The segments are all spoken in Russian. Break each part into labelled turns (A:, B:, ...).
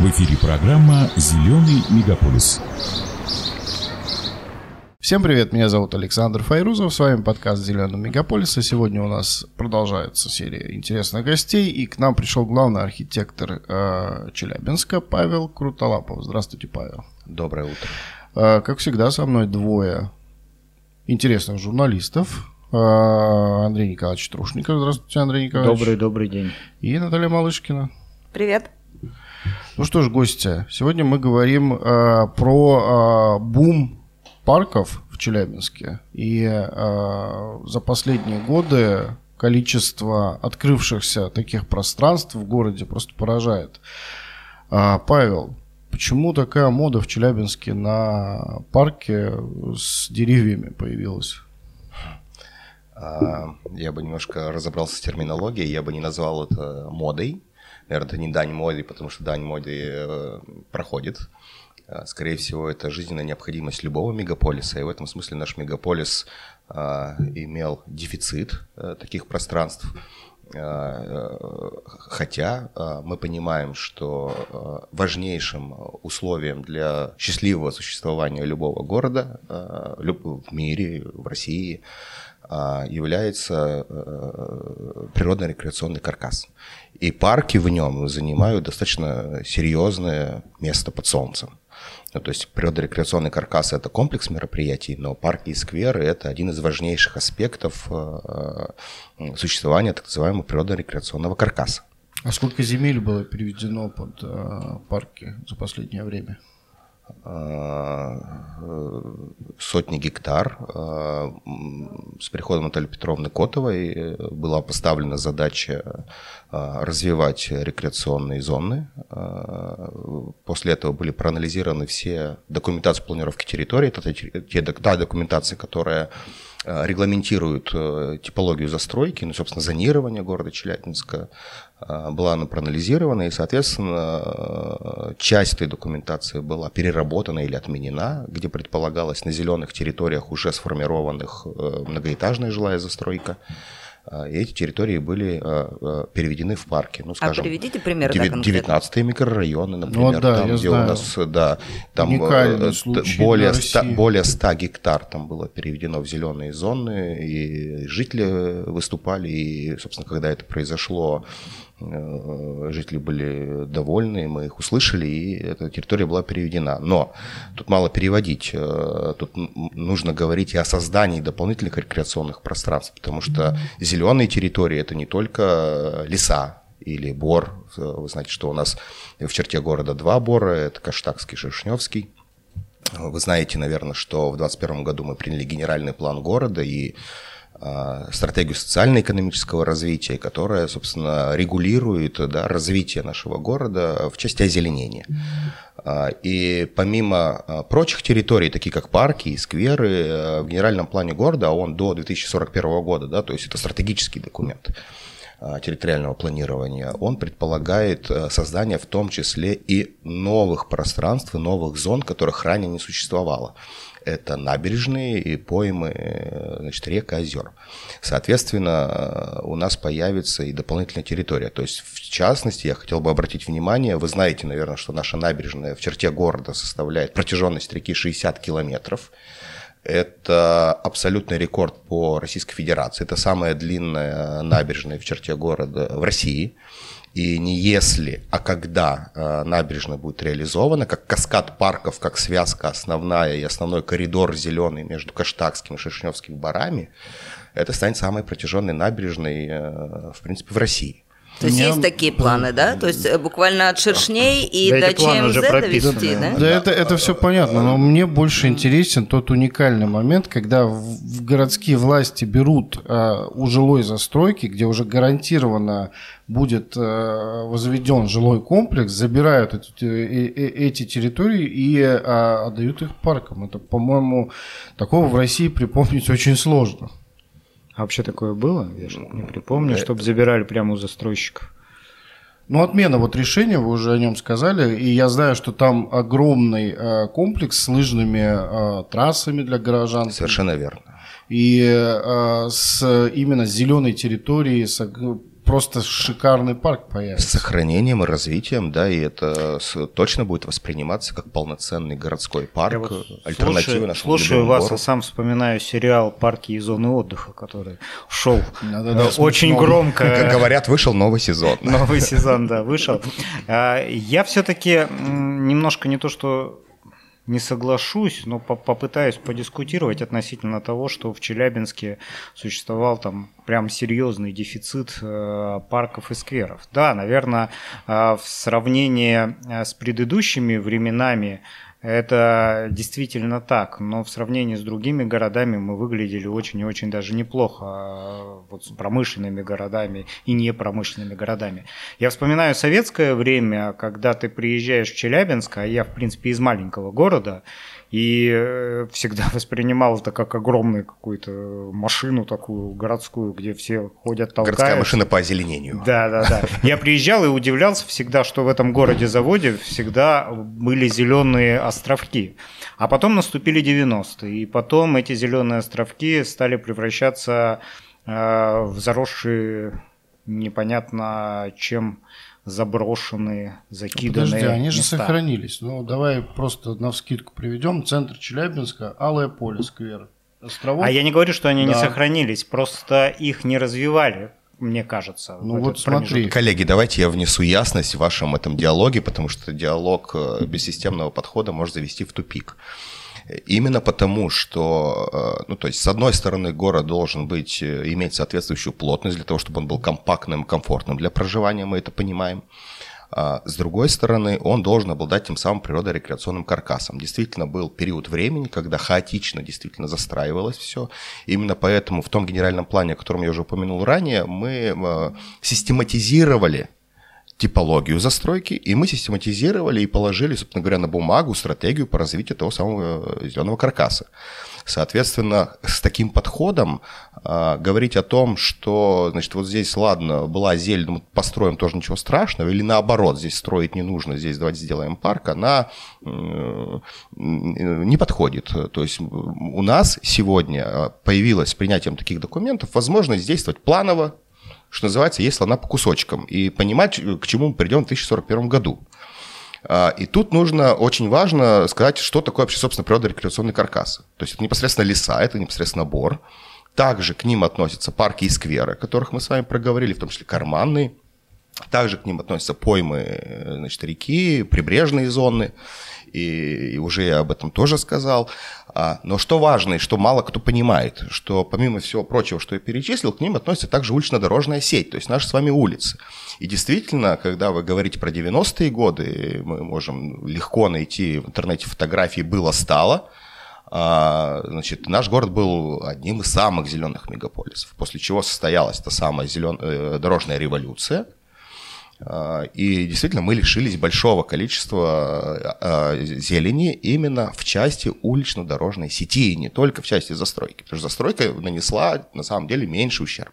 A: В эфире программа «Зеленый мегаполис».
B: Всем привет, меня зовут Александр Файрузов, с вами подкаст «Зеленый мегаполис». И сегодня у нас продолжается серия интересных гостей, и к нам пришел главный архитектор Челябинска Павел Крутолапов. Здравствуйте, Павел.
C: Доброе утро.
B: Как всегда, со мной двое интересных журналистов. Андрей Николаевич Трушников. Здравствуйте, Андрей Николаевич.
D: Добрый день.
B: И Наталья Малышкина.
E: Привет.
B: Ну что ж, гости, сегодня мы говорим про бум парков в Челябинске. И за последние годы количество открывшихся таких пространств в городе просто поражает. Павел, почему такая мода в Челябинске на парке с деревьями появилась?
C: Я бы немножко разобрался с терминологией, я бы не назвал это модой. Наверное, это не дань моде, потому что дань моде проходит. Скорее всего, это жизненная необходимость любого мегаполиса, и в этом смысле наш мегаполис имел дефицит таких пространств. Хотя мы понимаем, что важнейшим условием для счастливого существования любого города в мире, в России, является природно-рекреационный каркас. И парки в нем занимают достаточно серьезное место под солнцем. Ну, то есть природно-рекреационный каркас – это комплекс мероприятий, но парки и скверы – это один из важнейших аспектов существования так называемого природно-рекреационного каркаса.
B: А сколько земель было переведено под парки за последнее время?
C: Сотни гектар. С приходом Натальи Петровны Котовой была поставлена задача развивать рекреационные зоны. После этого были проанализированы все документации планировки территории, это та документация, которая регламентирует типологию застройки, ну, собственно, зонирование города Челябинска, была она проанализирована, и, соответственно, часть этой документации была переработана или отменена, где предполагалось на зеленых территориях уже сформированных многоэтажная жилая застройка. И эти территории были переведены в парки. Ну, скажем,
E: приведите примеры
C: 19-е микрорайоны, например, там, где
B: знаю.
C: у нас там более 100 гектар там было переведено в зеленые зоны, и жители выступали, и, собственно, когда это произошло, жители были довольны, мы их услышали, и эта территория была переведена. Но тут мало переводить, тут нужно говорить и о создании дополнительных рекреационных пространств, потому что зеленые территории – это не только леса или бор. Вы знаете, что у нас в черте города два бора – это Каштакский и Шершневский. Вы знаете, наверное, что в 2021 году мы приняли генеральный план города и стратегию социально-экономического развития, которая, собственно, регулирует развитие нашего города в части озеленения. И помимо прочих территорий, таких как парки и скверы, в генеральном плане города, он до 2041 года, то есть это стратегический документ территориального планирования, он предполагает создание в том числе и новых пространств, и новых зон, которых ранее не существовало. Это набережные и поймы, значит, рек и озер. Соответственно, у нас появится и дополнительная территория. То есть, в частности, я хотел бы обратить внимание, вы знаете, наверное, что наша набережная в черте города составляет протяженность реки 60 километров. Это абсолютный рекорд по Российской Федерации. Это самая длинная набережная в черте города в России. И не если, а когда набережная будет реализована, как каскад парков, как связка основная и основной коридор зеленый между Каштакским и Шершневским барами, это станет самой протяженной набережной, в принципе, в России.
E: То есть есть такие планы, да? То есть буквально от Шершней и до ЧМЗ довести, да?
B: Да, это все понятно, но мне больше интересен тот уникальный момент, когда в городские власти берут у жилой застройки, где уже гарантированно будет возведен жилой комплекс, забирают эти территории и отдают их паркам. Это, по-моему, такого в России припомнить очень сложно.
D: А вообще такое было? Я же не припомню, чтобы забирали прямо у застройщиков.
B: Ну, отмена вот решения, вы уже о нем сказали, и я знаю, что там огромный комплекс с лыжными трассами для горожан.
C: Совершенно верно.
B: И именно с зеленой территорией, с просто шикарный парк появится.
C: С сохранением и развитием, да, и это точно будет восприниматься как полноценный городской парк, альтернатива нашему
D: слушаю вас, а сам вспоминаю сериал «Парки и зоны отдыха», который шел очень громко.
C: Как говорят, вышел новый сезон.
D: Новый сезон, да, вышел. Я все-таки немножко не то, что не соглашусь, но попытаюсь подискутировать относительно того, что в Челябинске существовал там прям серьезный дефицит парков и скверов. Да, наверное, в сравнении с предыдущими временами это действительно так, но в сравнении с другими городами мы выглядели очень и очень даже неплохо, вот с промышленными городами и непромышленными городами. Я вспоминаю советское время, когда ты приезжаешь в Челябинск, а я, в принципе, из маленького города, и всегда воспринимал это как огромную какую-то машину такую городскую, где все ходят, толкаются.
C: Городская машина по озеленению.
D: Да. Я приезжал и удивлялся всегда, что в этом городе-заводе всегда были зеленые островки. А потом наступили 90-е, и потом эти зеленые островки стали превращаться в заросшие непонятно чем заброшенные, закиданные
B: Подожди, они же
D: места.
B: сохранились. Ну, давай просто навскидку приведем. Центр Челябинска, Алое поле, сквер. Островок.
D: А я не говорю, что они не сохранились, просто их не развивали, мне кажется.
B: Ну вот смотри.
C: Коллеги, давайте я внесу ясность в вашем этом диалоге, потому что диалог бессистемного подхода может завести в тупик. Именно потому, что, ну, то есть, с одной стороны, город должен иметь соответствующую плотность для того, чтобы он был компактным, комфортным для проживания, мы это понимаем. А с другой стороны, он должен обладать тем самым природорекреационным каркасом. Действительно, был период времени, когда хаотично действительно застраивалось все. Именно поэтому в том генеральном плане, о котором я уже упомянул ранее, мы систематизировали типологию застройки, и мы систематизировали и положили, собственно говоря, на бумагу стратегию по развитию того самого зеленого каркаса. Соответственно, с таким подходом говорить о том, что, значит, вот здесь, ладно, была зелень, мы построим, тоже ничего страшного, или наоборот, здесь строить не нужно, здесь давайте сделаем парк, она не подходит. То есть у нас сегодня появилась с принятием таких документов возможность действовать планово, что называется, есть слона по кусочкам, и понимать, к чему мы придем в 2041 году. И тут нужно, очень важно сказать, что такое вообще, собственно, природорекреационный каркас. То есть это непосредственно леса, это непосредственно бор. Также к ним относятся парки и скверы, о которых мы с вами проговорили, в том числе карманные. Также к ним относятся поймы, значит, реки, прибрежные зоны. И уже я об этом тоже сказал. Но что важно, и что мало кто понимает, что помимо всего прочего, что я перечислил, к ним относится также улично-дорожная сеть, то есть наши с вами улицы. И действительно, когда вы говорите про 90-е годы, мы можем легко найти в интернете фотографии «было-стало». Значит, наш город был одним из самых зеленых мегаполисов, после чего состоялась та самая дорожная революция. И действительно мы лишились большого количества зелени именно в части улично-дорожной сети, и не только в части застройки, потому что застройка нанесла на самом деле меньший ущерб.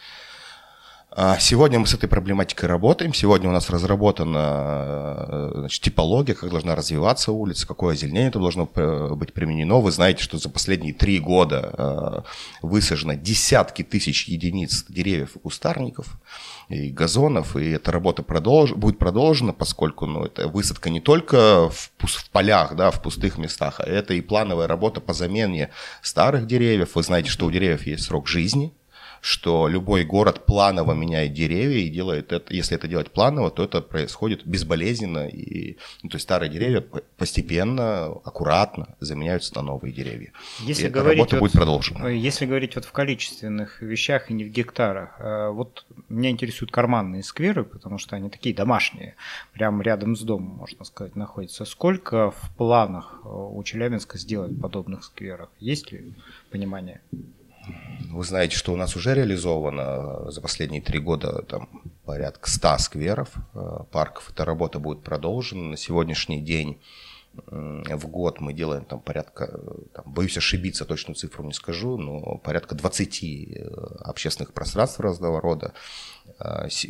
C: Сегодня мы с этой проблематикой работаем. Сегодня у нас разработана, значит, типология, как должна развиваться улица, какое озеленение там должно быть применено. Вы знаете, что за последние 3 года высажено десятки тысяч единиц деревьев и кустарников, и газонов, и эта работа будет продолжена, поскольку это высадка не только в полях, да, в пустых местах, а это и плановая работа по замене старых деревьев. Вы знаете, что у деревьев есть срок жизни, что любой город планово меняет деревья и делает это, если это делать планово, то это происходит безболезненно, и, то есть старые деревья постепенно, аккуратно заменяются на новые деревья.
D: Если
C: работа будет продолжена.
D: Если говорить вот в количественных вещах и не в гектарах, вот меня интересуют карманные скверы, потому что они такие домашние, прямо рядом с домом, можно сказать, находятся. Сколько в планах у Челябинска сделать подобных скверов? Есть ли понимание?
C: Вы знаете, что у нас уже реализовано за последние 3 года там порядка 100 скверов, парков. Эта работа будет продолжена. На сегодняшний день в год мы делаем там порядка, боюсь ошибиться, точную цифру не скажу, но порядка 20 общественных пространств разного рода.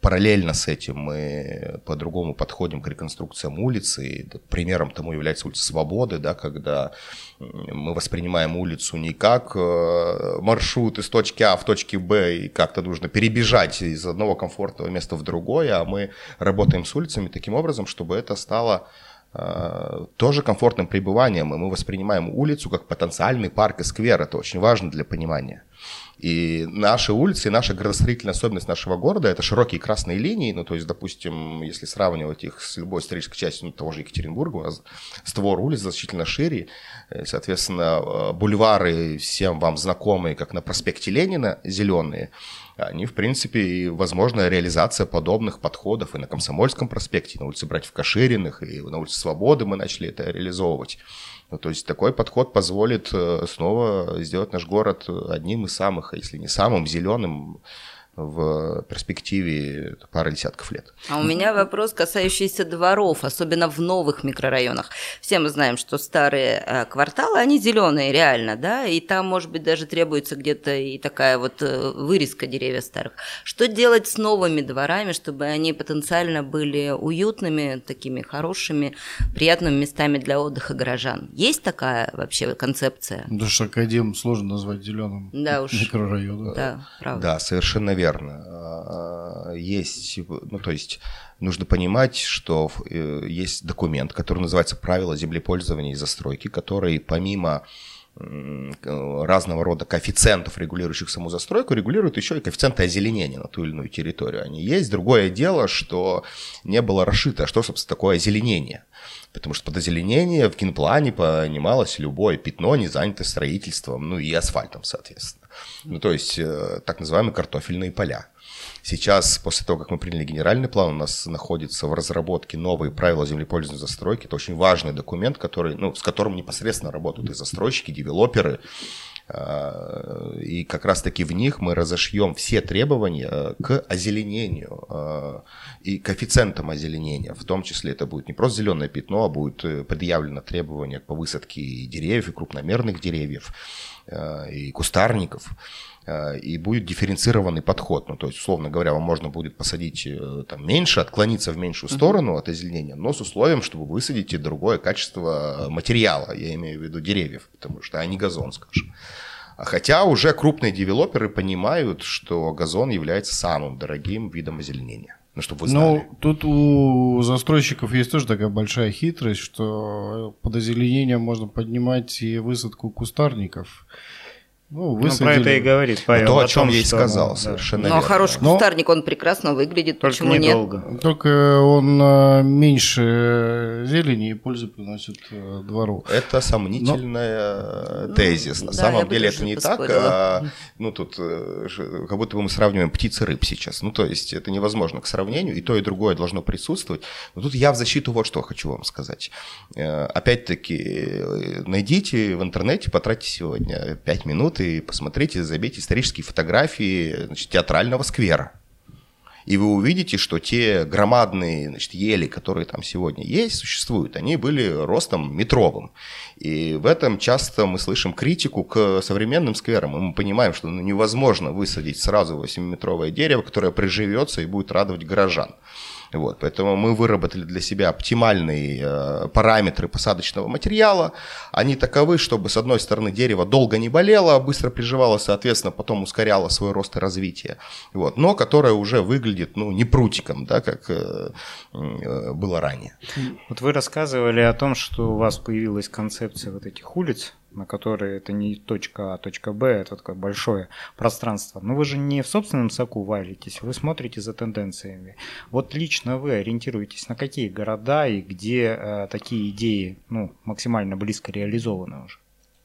C: параллельно с этим мы по-другому подходим к реконструкциям улиц. И примером тому является улица Свободы, да, когда мы воспринимаем улицу не как маршрут из точки А в точке Б, и как-то нужно перебежать из одного комфортного места в другое, а мы работаем с улицами таким образом, чтобы это стало тоже комфортным пребыванием, и мы воспринимаем улицу как потенциальный парк и сквер. Это очень важно для понимания. И наши улицы, и наша градостроительная особенность нашего города – это широкие красные линии. Ну, то есть, допустим, если сравнивать их с любой исторической частью того же Екатеринбурга, у нас створ улиц значительно шире. Соответственно, бульвары всем вам знакомые, как на проспекте Ленина, зеленые, они, в принципе, и возможна реализация подобных подходов и на Комсомольском проспекте, и на улице Братьев Кашириных, и на улице Свободы мы начали это реализовывать. Ну, то есть такой подход позволит снова сделать наш город одним из самых, если не самым зеленым в перспективе пары десятков лет.
E: А у меня вопрос, касающийся дворов, особенно в новых микрорайонах. Все мы знаем, что старые кварталы, они зеленые реально, да, и там, может быть, даже требуется где-то и такая вот вырезка деревьев старых. Что делать с новыми дворами, чтобы они потенциально были уютными, такими хорошими, приятными местами для отдыха горожан? Есть такая вообще концепция?
B: Потому что Академ сложно назвать зеленым микрорайоном.
E: Да, правда.
C: Да, совершенно верно. Есть, ну, то есть нужно понимать, что есть документ, который называется «Правила землепользования и застройки», который помимо разного рода коэффициентов, регулирующих саму застройку, регулирует еще и коэффициенты озеленения на ту или иную территорию. Они есть. Другое дело, что не было расшито, что, собственно, такое озеленение. Потому что под озеленение в генплане понималось любое пятно, не занятое строительством, ну и асфальтом, соответственно. Ну, то есть, так называемые картофельные поля. Сейчас, после того, как мы приняли генеральный план, у нас находится в разработке новые правила землепользования и застройки. Это очень важный документ, который, ну, с которым непосредственно работают и застройщики, и девелоперы. И как раз-таки в них мы разошьем все требования к озеленению и коэффициентам озеленения. В том числе это будет не просто зеленое пятно, а будет предъявлено требование по высадке деревьев, и крупномерных деревьев, и кустарников. И будет дифференцированный подход. Ну, то есть, условно говоря, вам можно будет посадить там меньше, отклониться в меньшую сторону от озеленения, но с условием, чтобы высадить другое качество материала, я имею в виду деревьев, потому что, а не газон, скажем. Хотя уже крупные девелоперы понимают, что газон является самым дорогим видом озеленения. Ну, чтобы вы знали.
B: Ну, тут у застройщиков есть тоже такая большая хитрость, что под озеленением можно поднимать и высадку кустарников.
D: Ну, про это и говорит Павел.
C: То, о чем я и сказал, совершенно верно.
E: Но хороший кустарник, он прекрасно выглядит,
D: только
E: почему
D: недолго.
E: нет?
B: Только он меньше зелени и пользы приносит двору.
C: Это сомнительная тезис. На самом деле это не так. Ну, тут как будто бы мы сравниваем птиц и рыб сейчас. Ну, то есть это невозможно к сравнению, и то, и другое должно присутствовать. Но тут я в защиту вот что хочу вам сказать. Опять-таки, найдите в интернете, потратьте сегодня 5 минут и посмотрите, забейте исторические фотографии, значит, театрального сквера. И вы увидите, что те громадные, значит, ели, которые там сегодня есть, существуют, они были ростом метровым. И в этом часто мы слышим критику к современным скверам. И мы понимаем, что невозможно высадить сразу 8-метровое дерево, которое приживется и будет радовать горожан. Вот, поэтому мы выработали для себя оптимальные параметры посадочного материала. Они таковы, чтобы, с одной стороны, дерево долго не болело, быстро приживалось, соответственно, потом ускоряло свой рост и развитие. Вот, но которое уже выглядит, ну, не прутиком, да, как было ранее.
D: Вот вы рассказывали о том, что у вас появилась концепция вот этих улиц, на которые это не точка А, точка Б, это такое большое пространство. Но вы же не в собственном соку валитесь, вы смотрите за тенденциями. Вот лично вы ориентируетесь на какие города и где такие идеи, ну, максимально близко реализованы уже?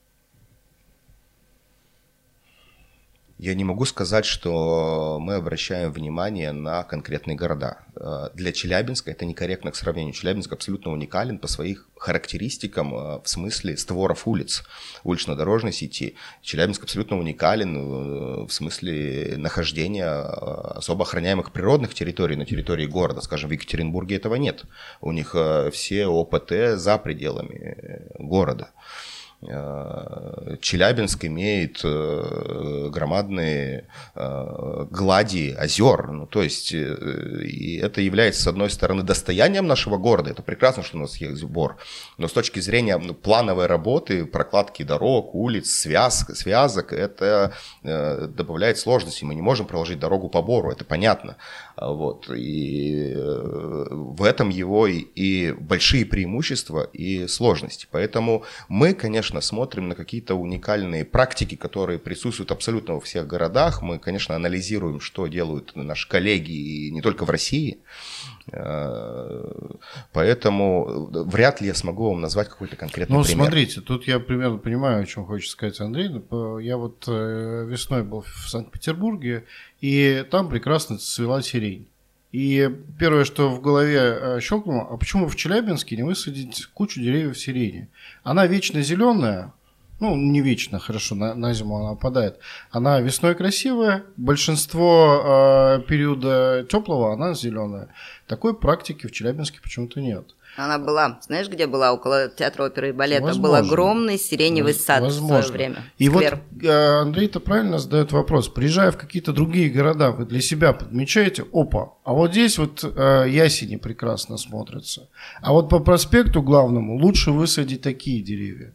C: Я не могу сказать, что мы обращаем внимание на конкретные города. Для Челябинска это некорректно к сравнению. Челябинск абсолютно уникален по своим характеристикам в смысле створов улиц, улично-дорожной сети. Челябинск абсолютно уникален в смысле нахождения особо охраняемых природных территорий на территории города. Скажем, в Екатеринбурге этого нет. У них все ОПТ за пределами города. Челябинск имеет громадные глади озер. Ну, то есть, и это является, с одной стороны, достоянием нашего города. Это прекрасно, что у нас есть Бор. Но с точки зрения плановой работы, прокладки дорог, улиц, связок, это добавляет сложности. Мы не можем проложить дорогу по Бору, это понятно. Вот. И в этом его и большие преимущества, и сложности. Поэтому мы, конечно, смотрим на какие-то уникальные практики, которые присутствуют абсолютно во всех городах. Мы, конечно, анализируем, что делают наши коллеги, и не только в России. Поэтому вряд ли я смогу вам назвать какой-то конкретный пример.
B: Ну, смотрите, тут я примерно понимаю, о чем хочет сказать Андрей. Я вот весной был в Санкт-Петербурге, и там прекрасно цвела сирень. И первое, что в голове щелкнуло, а почему в Челябинске не высадить кучу деревьев сирени? Она вечно зеленая, ну, не вечно, хорошо, на зиму она опадает. Она весной красивая, большинство периода теплого она зеленая. Такой практики в Челябинске почему-то нет.
E: Она была, знаешь, где была? Около театра оперы и балета.
B: Возможно.
E: Был огромный сиреневый сад в свое время.
B: И
E: сквер.
B: вот Андрей-то правильно задает вопрос. Приезжая в какие-то другие города, вы для себя подмечаете, опа, а вот здесь вот ясени прекрасно смотрятся. А вот по проспекту главному лучше высадить такие деревья.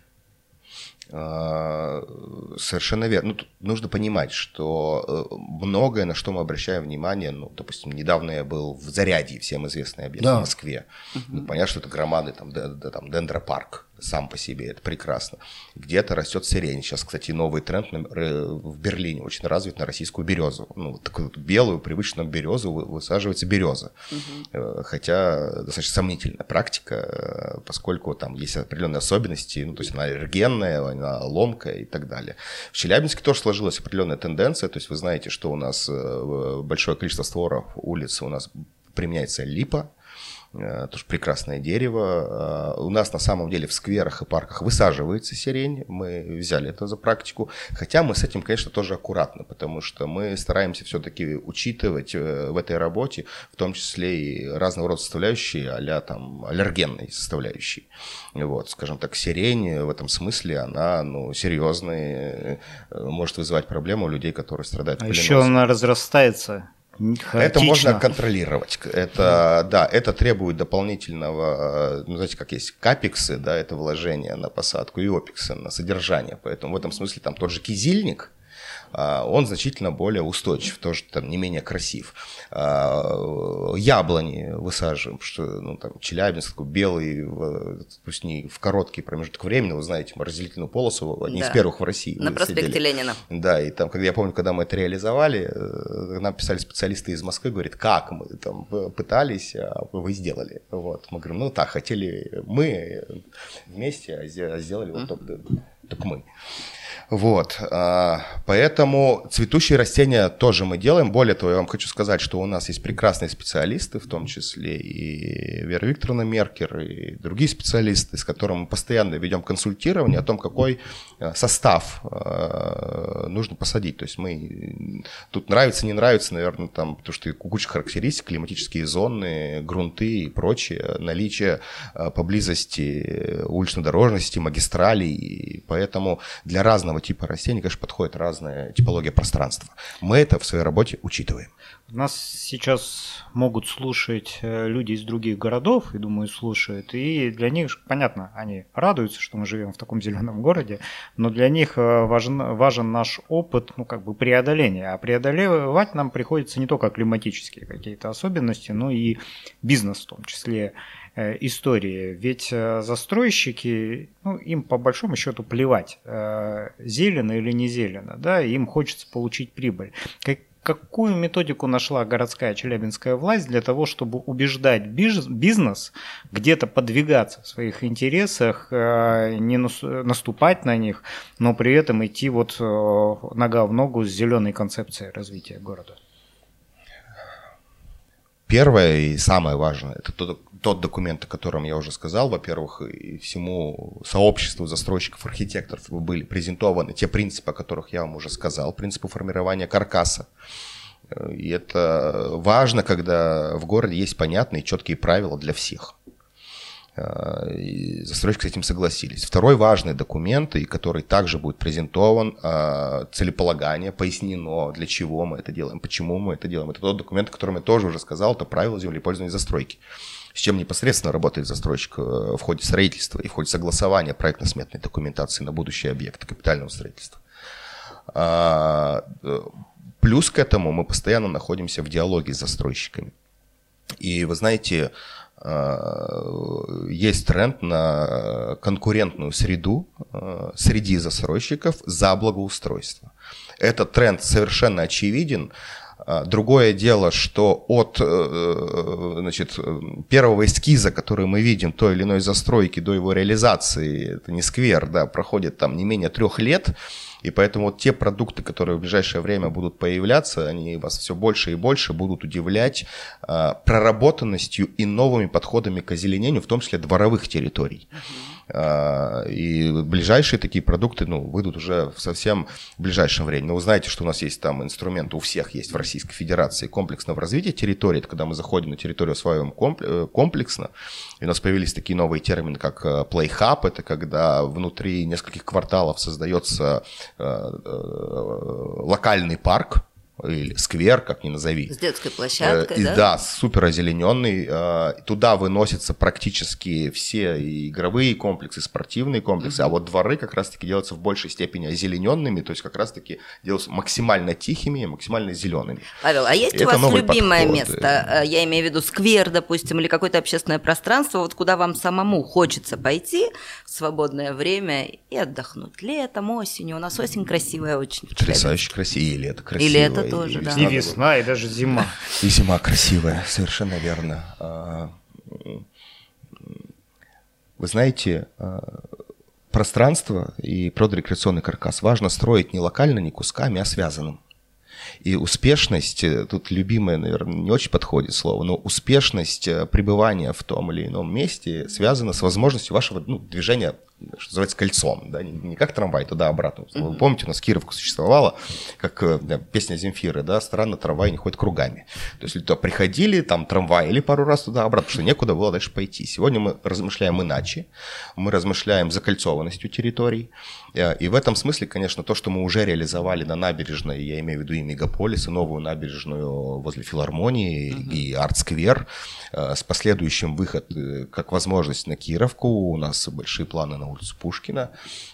C: Совершенно верно. Ну, тут нужно понимать, что многое, на что мы обращаем внимание, ну, допустим, недавно я был в Зарядье, всем известный объект в Москве. Ну, понятно, что это громадный там дендропарк сам по себе, это прекрасно. Где-то растет сирень. Сейчас, кстати, новый тренд в Берлине очень развит на российскую березу. Ну, такую вот белую, привычную березу высаживается береза. Хотя достаточно сомнительная практика, поскольку там есть определенные особенности, ну, то есть она аллергенная, она ломкая и так далее. В Челябинске тоже сложилась определенная тенденция, то есть вы знаете, что у нас большое количество створов улиц, у нас применяется липа, тоже прекрасное дерево. У нас на самом деле в скверах и парках высаживается сирень, мы взяли это за практику, хотя мы с этим, конечно, тоже аккуратны, потому что мы стараемся все-таки учитывать в этой работе, в том числе и разного рода составляющие, а-ля там аллергенные составляющие. Вот, скажем так, сирень в этом смысле, она, ну, серьезная, может вызывать проблемы у людей, которые страдают
D: А
C: полинозом.
D: еще она разрастается.
C: Это можно контролировать. Это, да, это требует дополнительного, ну, знаете, как есть капексы, да, это вложение на посадку, и опексы на содержание. Поэтому в этом смысле там тот же кизильник, он значительно более устойчив, тоже там не менее красив. Яблони высаживаем, что, ну, там, Челябинск, такой белый, пусть не в короткий промежуток времени, вы знаете, мы разделительную полосу, одни из первых в России.
E: На проспекте Ленина.
C: Да, и там, когда я помню, когда мы это реализовали, нам писали специалисты из Москвы, говорят, как мы там пытались, а вы сделали. Вот. Мы говорим, ну так, хотели мы вместе, а сделали вот только мы. Вот, поэтому цветущие растения тоже мы делаем. Более того, я вам хочу сказать, что у нас есть прекрасные специалисты, в том числе и Вера Викторовна Меркер, и другие специалисты, с которыми мы постоянно ведем консультирование о том, какой состав нужно посадить. То есть мы тут нравится, не нравится, наверное, там, потому что куча характеристик, климатические зоны, грунты и прочее, наличие поблизости улично-дорожности, магистралей, и поэтому для разного типа растений, конечно, подходит разная типология пространства. Мы это в своей работе учитываем.
D: Нас сейчас могут слушать люди из других городов, и, думаю, слушают, и для них, понятно, они радуются, что мы живем в таком зеленом городе, но для них важен наш опыт, ну, как бы преодоления. А преодолевать нам приходится не только климатические какие-то особенности, но и бизнес в том числе, истории. Ведь застройщики, ну, им по большому счету плевать, зелено или не зелено, да, им хочется получить прибыль. Какую методику нашла городская челябинская власть для того, чтобы убеждать бизнес где-то подвигаться в своих интересах, не наступать на них, но при этом идти вот нога в ногу с зеленой концепцией развития города?
C: Первое и самое важное – это тот документ, о котором я уже сказал. Во-первых, и всему сообществу застройщиков-архитекторов были презентованы те принципы, о которых я вам уже сказал, принципы формирования каркаса. И это важно, когда в городе есть понятные, четкие правила для всех. И застройщики с этим согласились. Второй важный документ, и который также будет презентован, целеполагание, пояснено, для чего мы это делаем, почему мы это делаем. Это тот документ, о котором я тоже уже сказал, это правила землепользования и застройки. С чем непосредственно работает застройщик в ходе строительства и в ходе согласования проектно-сметной документации на будущие объекты капитального строительства. Плюс к этому мы постоянно находимся в диалоге с застройщиками. И вы знаете, есть тренд на конкурентную среду среди застройщиков за благоустройство. Этот тренд совершенно очевиден. Другое дело, что от первого эскиза, который мы видим той или иной застройки, до его реализации, это не сквер, да, проходит там не менее 3 лет. И поэтому вот те продукты, которые в ближайшее время будут появляться, они вас все больше и больше будут удивлять проработанностью и новыми подходами к озеленению, в том числе дворовых территорий. И ближайшие такие продукты выйдут уже в совсем ближайшем времени. Но вы знаете, что у нас есть там инструмент, у всех есть в Российской Федерации комплексного развития территории. Это когда мы заходим на территорию, осваиваем комплексно. И у нас появились такие новые термины, как Play Hub. Это когда внутри нескольких кварталов создается локальный парк, или сквер, как ни назови.
E: С детской площадкой, да?
C: Да, супер озелененный. Туда выносятся практически все игровые комплексы, спортивные комплексы, а вот дворы как раз-таки делаются в большей степени озелененными, то есть как раз-таки делаются максимально тихими, максимально зелеными.
E: Павел, а есть у вас любимое место? Я имею в виду сквер, допустим, или какое-то общественное пространство, вот куда вам самому хочется пойти в свободное время и отдохнуть? Летом, осенью. У нас осень красивая очень.
C: Потрясающе красивая. И лето красивое.
E: И лето тоже, да.
D: И весна, и даже зима.
C: И зима красивая, совершенно верно. Вы знаете, пространство и природорекреационный каркас важно строить не локально, не кусками, а связанным. И успешность, тут любимое, наверное, не очень подходит слово, но успешность пребывания в том или ином месте связана с возможностью вашего движения, что называется, кольцом, да, не как трамвай туда-обратно. Вы помните, у нас Кировка существовала, как песня Земфиры, да, странно, трамвай не ходит кругами. То есть туда приходили, там трамвай, или пару раз туда-обратно, потому что некуда было дальше пойти. Сегодня мы размышляем иначе, мы размышляем закольцованностью территорий, и в этом смысле, конечно, то, что мы уже реализовали на набережной, я имею в виду и Мегаполис, и новую набережную возле филармонии, и арт-сквер, с последующим выход как возможность на Кировку, у нас большие планы на улицу Пушкина,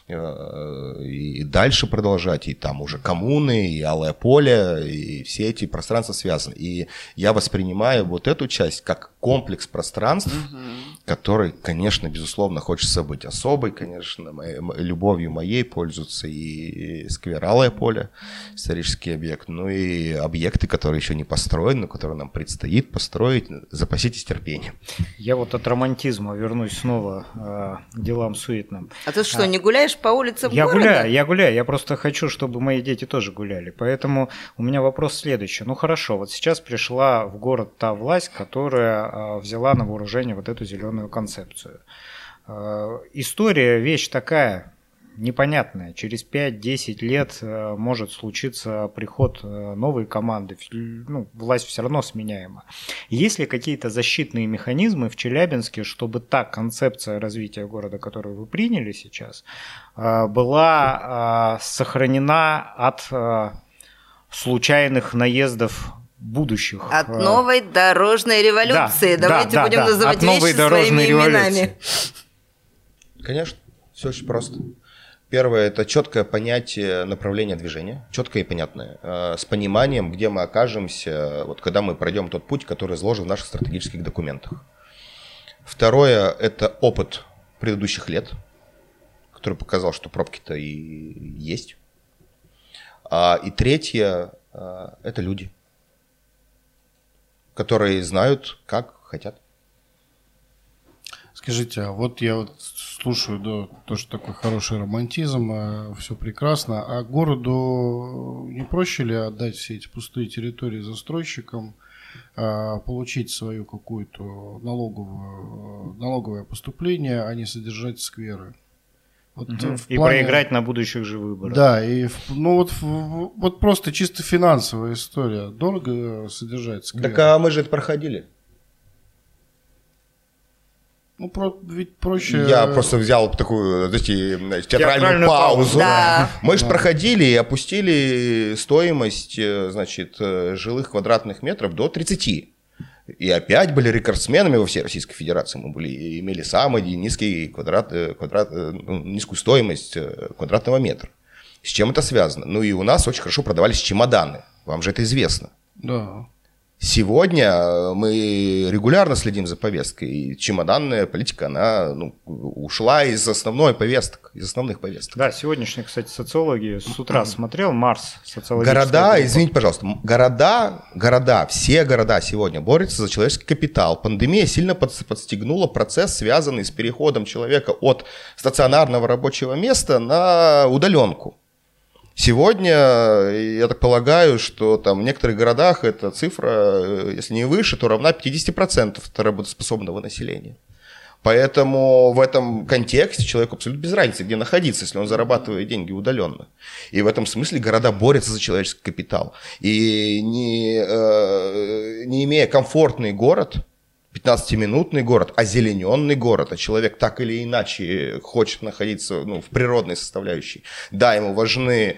C: и дальше продолжать, и там уже коммуны, и Алое поле, и все эти пространства связаны. И я воспринимаю вот эту часть как комплекс пространств, который, конечно, безусловно, хочется быть особой, конечно, любовью моей пользуются и сквер Алое поле, исторический объект, ну и объекты, которые еще не построены, но которые нам предстоит построить. Запаситесь терпением.
D: Я вот от романтизма вернусь снова к делам суетным.
E: А ты что, не гуляешь по улицам города?
D: Я гуляю. Я просто хочу, чтобы мои дети тоже гуляли. Поэтому у меня вопрос следующий. Ну хорошо, вот сейчас пришла в город та власть, которая взяла на вооружение вот эту зеленую концепцию. История вещь такая непонятная. Через 5-10 лет может случиться приход новой команды. Власть все равно сменяема. Есть ли какие-то защитные механизмы в Челябинске, чтобы та концепция развития города, которую вы приняли сейчас, была сохранена от случайных наездов будущих?
E: От новой дорожной революции. Давайте будем называть вещи своими именами.
C: Конечно, все очень просто. Первое – это четкое понятие направления движения, четкое и понятное, с пониманием, где мы окажемся, вот когда мы пройдем тот путь, который изложен в наших стратегических документах. Второе – это опыт предыдущих лет, который показал, что пробки-то и есть. И третье – это люди, которые знают, как хотят.
B: Скажите, а вот я слушаю, да, тоже такой хороший романтизм, все прекрасно, а городу не проще ли отдать все эти пустые территории застройщикам, получить свое какое-то налоговое поступление, а не содержать скверы? Вот
D: и проиграть на будущих же выборах.
B: Да, и вот просто чисто финансовая история. Дорого содержать скверы?
C: Так а мы же это проходили.
B: Ведь проще...
C: Я просто взял такую, знаете, театральную паузу.
E: Да.
C: Мы же проходили и опустили стоимость, значит, жилых квадратных метров до 30. И опять были рекордсменами во всей Российской Федерации. Мы имели самый низкий низкую стоимость квадратного метра. С чем это связано? Ну и у нас очень хорошо продавались чемоданы. Вам же это известно.
B: Да.
C: Сегодня мы регулярно следим за повесткой, и чемоданная политика, она ушла из основных повесток.
D: Да, сегодняшние, кстати, социологи с утра смотрел, Марс, социологическая
C: города,
D: группа.
C: извините, пожалуйста, все города сегодня борются за человеческий капитал. Пандемия сильно подстегнула процесс, связанный с переходом человека от стационарного рабочего места на удаленку. Сегодня, я так полагаю, что там в некоторых городах эта цифра, если не выше, то равна 50% работоспособного населения. Поэтому в этом контексте человеку абсолютно без разницы, где находиться, если он зарабатывает деньги удаленно. И в этом смысле города борются за человеческий капитал. И не имея комфортный город, 15-минутный город, озелененный город, а человек так или иначе хочет находиться в природной составляющей. Да, ему важны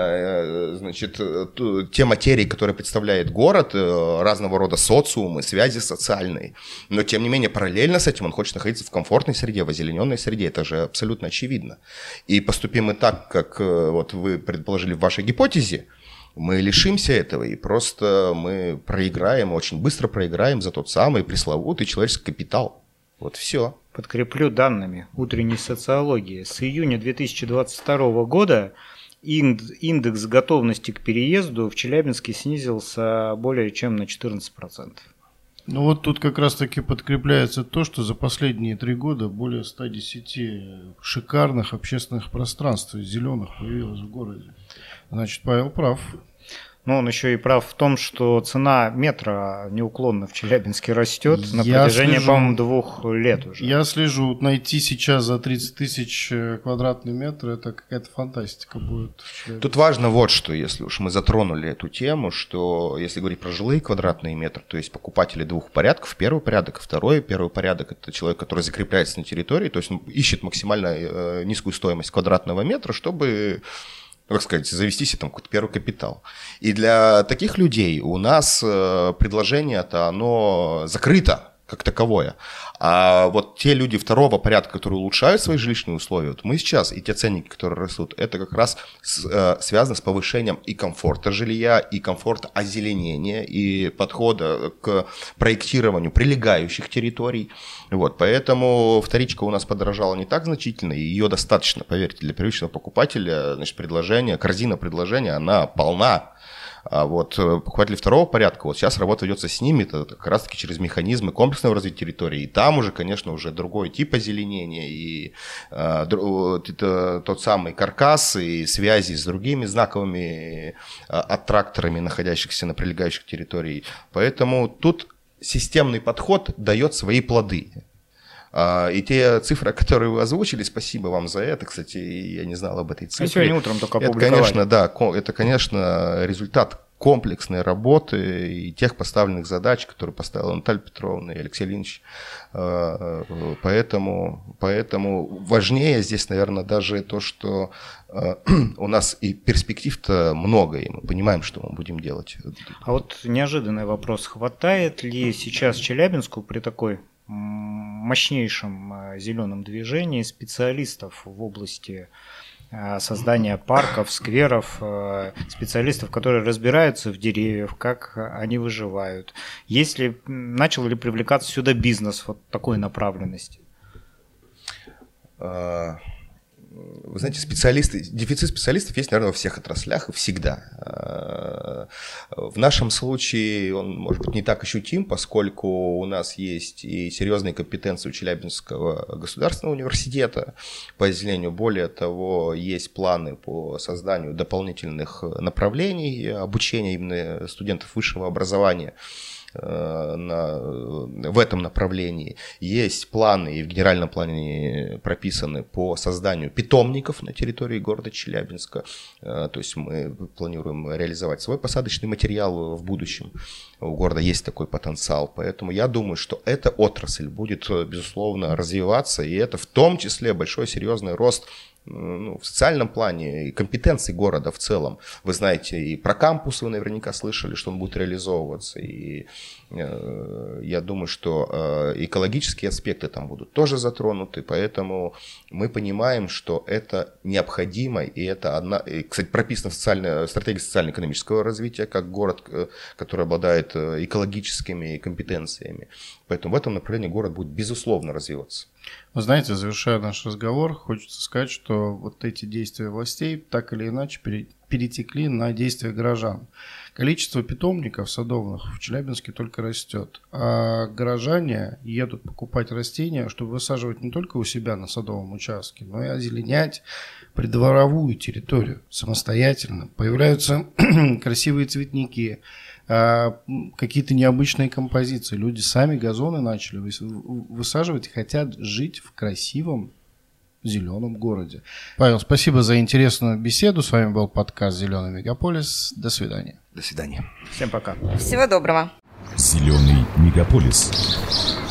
C: значит, те материи, которые представляет город, разного рода социумы, связи социальные. Но, тем не менее, параллельно с этим он хочет находиться в комфортной среде, в озелененной среде. Это же абсолютно очевидно. И поступим мы так, как вот вы предположили в вашей гипотезе, мы лишимся этого, и просто мы проиграем, очень быстро проиграем за тот самый пресловутый человеческий капитал. Вот все.
D: Подкреплю данными утренней социологии. С июня 2022 года индекс готовности к переезду в Челябинске снизился более чем на 14%.
B: Ну вот тут как раз-таки подкрепляется то, что за последние 3 года более 110 шикарных общественных пространств зеленых появилось в городе. Значит, Павел прав.
D: Но он еще и прав в том, что цена метра неуклонно в Челябинске растет на протяжении, по-моему, 2 лет уже.
B: Я слежу. Найти сейчас за 30 тысяч квадратный метр, это какая-то фантастика будет.
C: Тут важно вот что, если уж мы затронули эту тему, что если говорить про жилые квадратные метры, то есть покупатели 2 порядков. Первый порядок, второй. Первый порядок – это человек, который закрепляется на территории, то есть он ищет максимально низкую стоимость квадратного метра, чтобы... как сказать, завести себе там какой-то первый капитал. И для таких людей у нас предложение-то, оно закрыто как таковое. А вот те люди второго порядка, которые улучшают свои жилищные условия, вот мы сейчас, и те ценники, которые растут, это как раз связано с повышением и комфорта жилья, и комфорта озеленения, и подхода к проектированию прилегающих территорий. Вот, поэтому вторичка у нас подорожала не так значительно, и ее достаточно, поверьте, для первичного покупателя, значит, корзина предложения, она полна. А вот покупатели второго порядка, вот сейчас работа ведется с ними, это как раз-таки через механизмы комплексного развития территории. И там уже, конечно, уже другой тип озеленения, и это тот самый каркас, и связи с другими знаковыми аттракторами, находящихся на прилегающих территориях. Поэтому тут системный подход дает свои плоды. И те цифры, которые вы озвучили, спасибо вам за это. Кстати, я не знал об этой цифре.
D: Сегодня утром только опубликовали.
C: Это, конечно, да, это, конечно, результат комплексной работы и тех поставленных задач, которые поставила Наталья Петровна и Алексей Ильич. Поэтому важнее здесь, наверное, даже то, что у нас и перспектив-то много, и мы понимаем, что мы будем делать.
D: А вот неожиданный вопрос. Хватает ли сейчас Челябинску при такой мощнейшем зеленом движении специалистов в области создания парков, скверов, специалистов, которые разбираются в деревьях, как они выживают? Начал ли привлекаться сюда бизнес вот такой направленности?
C: Вы знаете, дефицит специалистов есть, наверное, во всех отраслях и всегда. В нашем случае он, может быть, не так ощутим, поскольку у нас есть и серьезные компетенции у Челябинского государственного университета по озеленению. Более того, есть планы по созданию дополнительных направлений обучения именно студентов высшего образования. в этом направлении. Есть планы, и в генеральном плане прописаны по созданию питомников на территории города Челябинска. То есть мы планируем реализовать свой посадочный материал в будущем. У города есть такой потенциал, поэтому я думаю, что эта отрасль будет, безусловно, развиваться, и это в том числе большой серьезный рост в социальном плане и компетенции города в целом. Вы знаете, и про кампус вы наверняка слышали, что он будет реализовываться, и я думаю, что экологические аспекты там будут тоже затронуты, поэтому мы понимаем, что это необходимо, и это кстати, прописано в стратегии социально-экономического развития, как город, который обладает экологическими компетенциями. Поэтому в этом направлении город будет, безусловно, развиваться.
B: Вы знаете, завершая наш разговор, хочется сказать, что вот эти действия властей так или иначе перетекли на действия горожан. Количество питомников садовых в Челябинске только растет, а горожане едут покупать растения, чтобы высаживать не только у себя на садовом участке, но и озеленять придворовую территорию самостоятельно. Появляются красивые цветники, какие-то необычные композиции. Люди сами газоны начали высаживать и хотят жить в красивом зеленом городе. Павел, спасибо за интересную беседу. С вами был подкаст «Зеленый мегаполис». До свидания.
C: До свидания.
D: Всем пока.
E: Всего доброго.
A: Зеленый мегаполис.